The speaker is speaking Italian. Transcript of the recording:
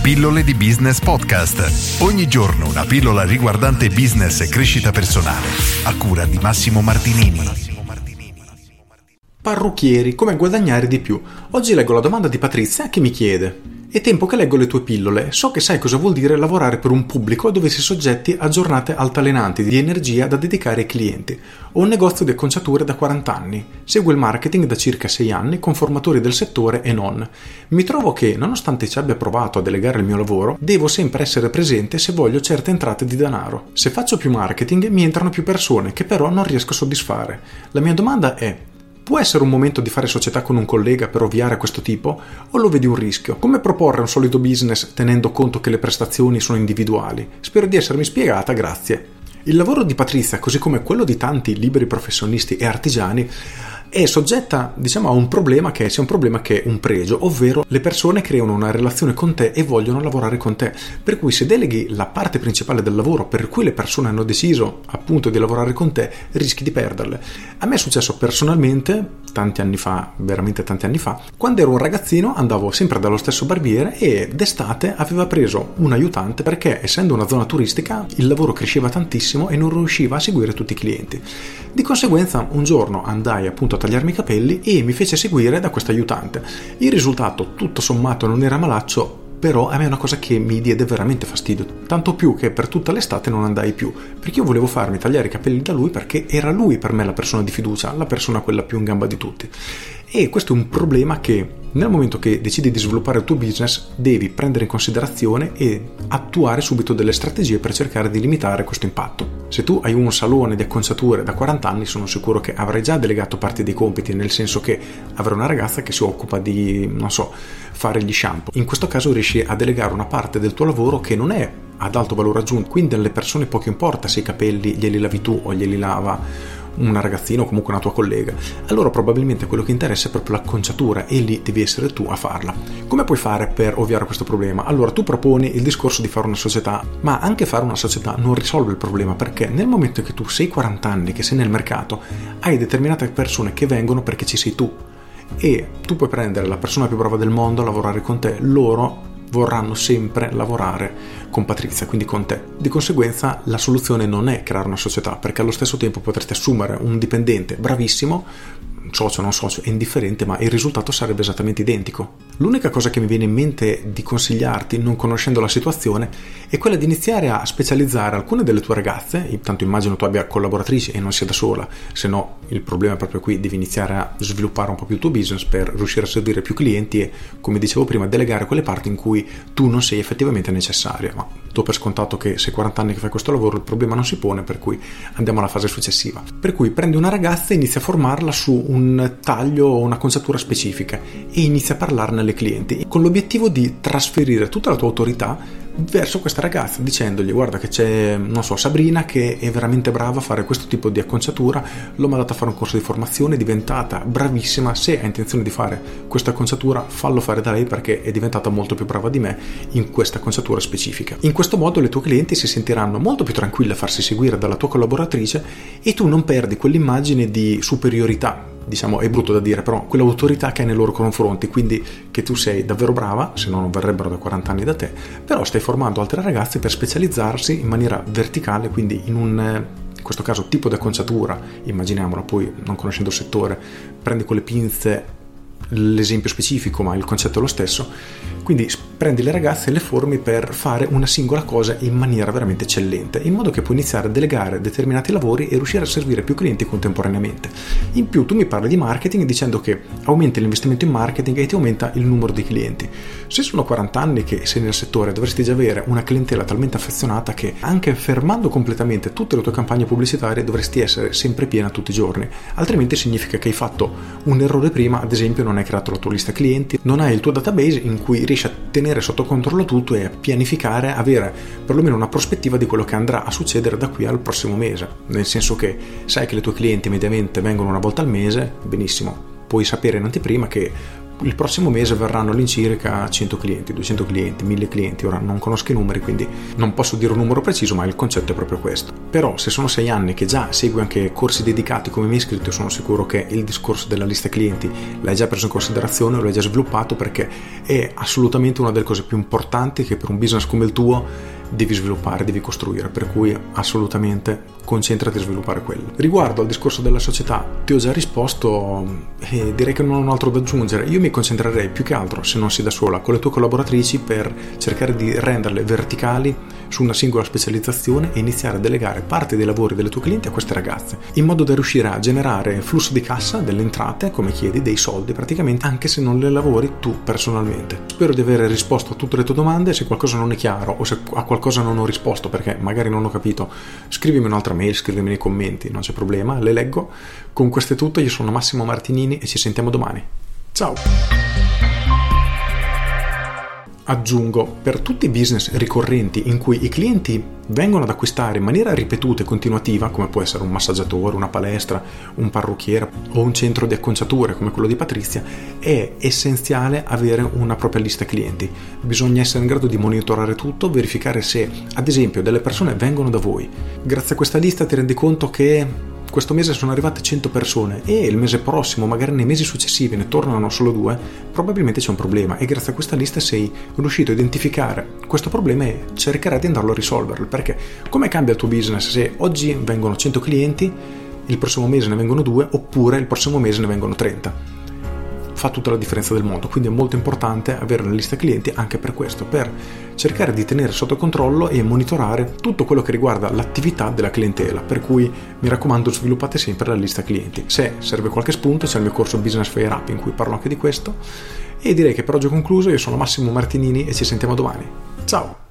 Pillole di Business Podcast. Ogni giorno una pillola riguardante business e crescita personale. A cura di Massimo Martinini. Parrucchieri, come guadagnare di più? Oggi leggo la domanda di Patrizia che mi chiede: è tempo che leggo le tue pillole, so che sai cosa vuol dire lavorare per un pubblico dove si è soggetti a giornate altalenanti di energia da dedicare ai clienti. Ho un negozio di acconciature da 40 anni, seguo il marketing da circa 6 anni con formatori del settore e non. Mi trovo che, nonostante ci abbia provato a delegare il mio lavoro, devo sempre essere presente se voglio certe entrate di denaro. Se faccio più marketing mi entrano più persone che però non riesco a soddisfare. La mia domanda è: può essere un momento di fare società con un collega per ovviare a questo tipo? O lo vedi un rischio? Come proporre un solido business tenendo conto che le prestazioni sono individuali? Spero di essermi spiegata, grazie. Il lavoro di Patrizia, così come quello di tanti liberi professionisti e artigiani, è soggetta, a un problema che è sia un problema che un pregio, ovvero le persone creano una relazione con te e vogliono lavorare con te. Per cui se deleghi la parte principale del lavoro per cui le persone hanno deciso appunto di lavorare con te, rischi di perderle. A me è successo personalmente tanti anni fa, veramente tanti anni fa, quando ero un ragazzino andavo sempre dallo stesso barbiere e d'estate aveva preso un aiutante perché, essendo una zona turistica, il lavoro cresceva tantissimo e non riusciva a seguire tutti i clienti. Di conseguenza un giorno andai appunto a tagliarmi i capelli e mi fece seguire da questo aiutante. Il risultato tutto sommato non era malaccio, però a me è una cosa che mi diede veramente fastidio, tanto più che per tutta l'estate non andai più, perché io volevo farmi tagliare i capelli da lui perché era lui per me la persona di fiducia, la persona quella più in gamba di tutti. E questo è un problema che nel momento che decidi di sviluppare il tuo business devi prendere in considerazione e attuare subito delle strategie per cercare di limitare questo impatto. Se tu hai un salone di acconciature da 40 anni, sono sicuro che avrai già delegato parte dei compiti, nel senso che avrai una ragazza che si occupa di, fare gli shampoo. In questo caso riesci a delegare una parte del tuo lavoro che non è ad alto valore aggiunto, quindi alle persone poco importa se i capelli glieli lavi tu o glieli lava una ragazzina o comunque una tua collega. Allora probabilmente quello che interessa è proprio l'acconciatura e lì devi essere tu a farla. Come puoi fare per ovviare a questo problema? Allora tu proponi il discorso di fare una società, ma anche fare una società non risolve il problema, perché nel momento che tu sei 40 anni, che sei nel mercato, hai determinate persone che vengono perché ci sei tu e tu puoi prendere la persona più brava del mondo a lavorare con te, loro vorranno sempre lavorare con Patrizia, quindi con te. Di conseguenza la soluzione non è creare una società, perché allo stesso tempo potresti assumere un dipendente bravissimo, socio, non socio, è indifferente, ma il risultato sarebbe esattamente identico. L'unica cosa che mi viene in mente di consigliarti, non conoscendo la situazione, è quella di iniziare a specializzare alcune delle tue ragazze. Tanto immagino tu abbia collaboratrici e non sia da sola, se no il problema è proprio qui, devi iniziare a sviluppare un po' più il tuo business per riuscire a servire più clienti e, come dicevo prima, delegare quelle parti in cui tu non sei effettivamente necessaria. Ma do per scontato che se 40 anni che fai questo lavoro il problema non si pone, per cui andiamo alla fase successiva. Per cui prendi una ragazza e inizi a formarla su un taglio o una conciatura specifica e inizi a parlarne alle clienti con l'obiettivo di trasferire tutta la tua autorità verso questa ragazza, dicendogli: guarda che c'è, Sabrina, che è veramente brava a fare questo tipo di acconciatura, l'ho mandata a fare un corso di formazione, è diventata bravissima, se hai intenzione di fare questa acconciatura fallo fare da lei perché è diventata molto più brava di me in questa acconciatura specifica. In questo modo le tue clienti si sentiranno molto più tranquille a farsi seguire dalla tua collaboratrice e tu non perdi quell'immagine di superiorità, è brutto da dire, però quell'autorità che hai nei loro confronti, quindi che tu sei davvero brava, se no non verrebbero da 40 anni da te, però stai formando altre ragazze per specializzarsi in maniera verticale, quindi in questo caso tipo di acconciatura, immaginiamola, poi non conoscendo il settore prendi con le pinze l'esempio specifico, ma il concetto è lo stesso. Quindi prendi le ragazze e le formi per fare una singola cosa in maniera veramente eccellente, in modo che puoi iniziare a delegare determinati lavori e riuscire a servire più clienti contemporaneamente. In più tu mi parli di marketing dicendo che aumenti l'investimento in marketing e ti aumenta il numero di clienti. Se sono 40 anni che sei nel settore, dovresti già avere una clientela talmente affezionata che anche fermando completamente tutte le tue campagne pubblicitarie dovresti essere sempre piena tutti i giorni, altrimenti significa che hai fatto un errore prima, ad esempio non hai creato la tua lista clienti, non hai il tuo database in cui riesci a tenere sotto controllo tutto e a pianificare, avere perlomeno una prospettiva di quello che andrà a succedere da qui al prossimo mese, nel senso che sai che le tue clienti mediamente vengono una volta al mese, benissimo, puoi sapere in anteprima che il prossimo mese verranno all'incirca 100 clienti, 200 clienti, 1000 clienti. Ora non conosco i numeri, quindi non posso dire un numero preciso, ma il concetto è proprio questo. Però se sono 6 anni che già segui anche corsi dedicati come mi hai iscritto, sono sicuro che il discorso della lista clienti l'hai già preso in considerazione o l'hai già sviluppato, perché è assolutamente una delle cose più importanti che per un business come il tuo devi sviluppare, devi costruire, per cui assolutamente concentrati a sviluppare quello. Riguardo al discorso della società ti ho già risposto e direi che non ho altro da aggiungere. Io mi concentrerei più che altro, se non sei da sola, con le tue collaboratrici per cercare di renderle verticali su una singola specializzazione e iniziare a delegare parte dei lavori delle tue clienti a queste ragazze, in modo da riuscire a generare flusso di cassa, delle entrate, come chiedi, dei soldi praticamente, anche se non le lavori tu personalmente. Spero di aver risposto a tutte le tue domande. Se qualcosa non è chiaro o se a qualcosa non ho risposto perché magari non ho capito, scrivimi un'altra mail, scrivimi nei commenti, non c'è problema, le leggo. Con questo è tutto, io sono Massimo Martinini e ci sentiamo domani. Ciao! Aggiungo, per tutti i business ricorrenti in cui i clienti vengono ad acquistare in maniera ripetuta e continuativa, come può essere un massaggiatore, una palestra, un parrucchiere o un centro di acconciature come quello di Patrizia, è essenziale avere una propria lista clienti. Bisogna essere in grado di monitorare tutto, verificare se, ad esempio, delle persone vengono da voi. Grazie a questa lista ti rendi conto che questo mese sono arrivate 100 persone e il mese prossimo, magari nei mesi successivi, ne tornano solo 2, probabilmente c'è un problema e grazie a questa lista sei riuscito a identificare questo problema e cercherai di andarlo a risolverlo. Perché come cambia il tuo business se oggi vengono 100 clienti, il prossimo mese ne vengono 2 oppure il prossimo mese ne vengono 30? Fa tutta la differenza del mondo, quindi è molto importante avere una lista clienti anche per questo, per cercare di tenere sotto controllo e monitorare tutto quello che riguarda l'attività della clientela, per cui mi raccomando, sviluppate sempre la lista clienti. Se serve qualche spunto c'è il mio corso Business Fire Up in cui parlo anche di questo e direi che per oggi ho concluso. Io sono Massimo Martinini e ci sentiamo domani. Ciao!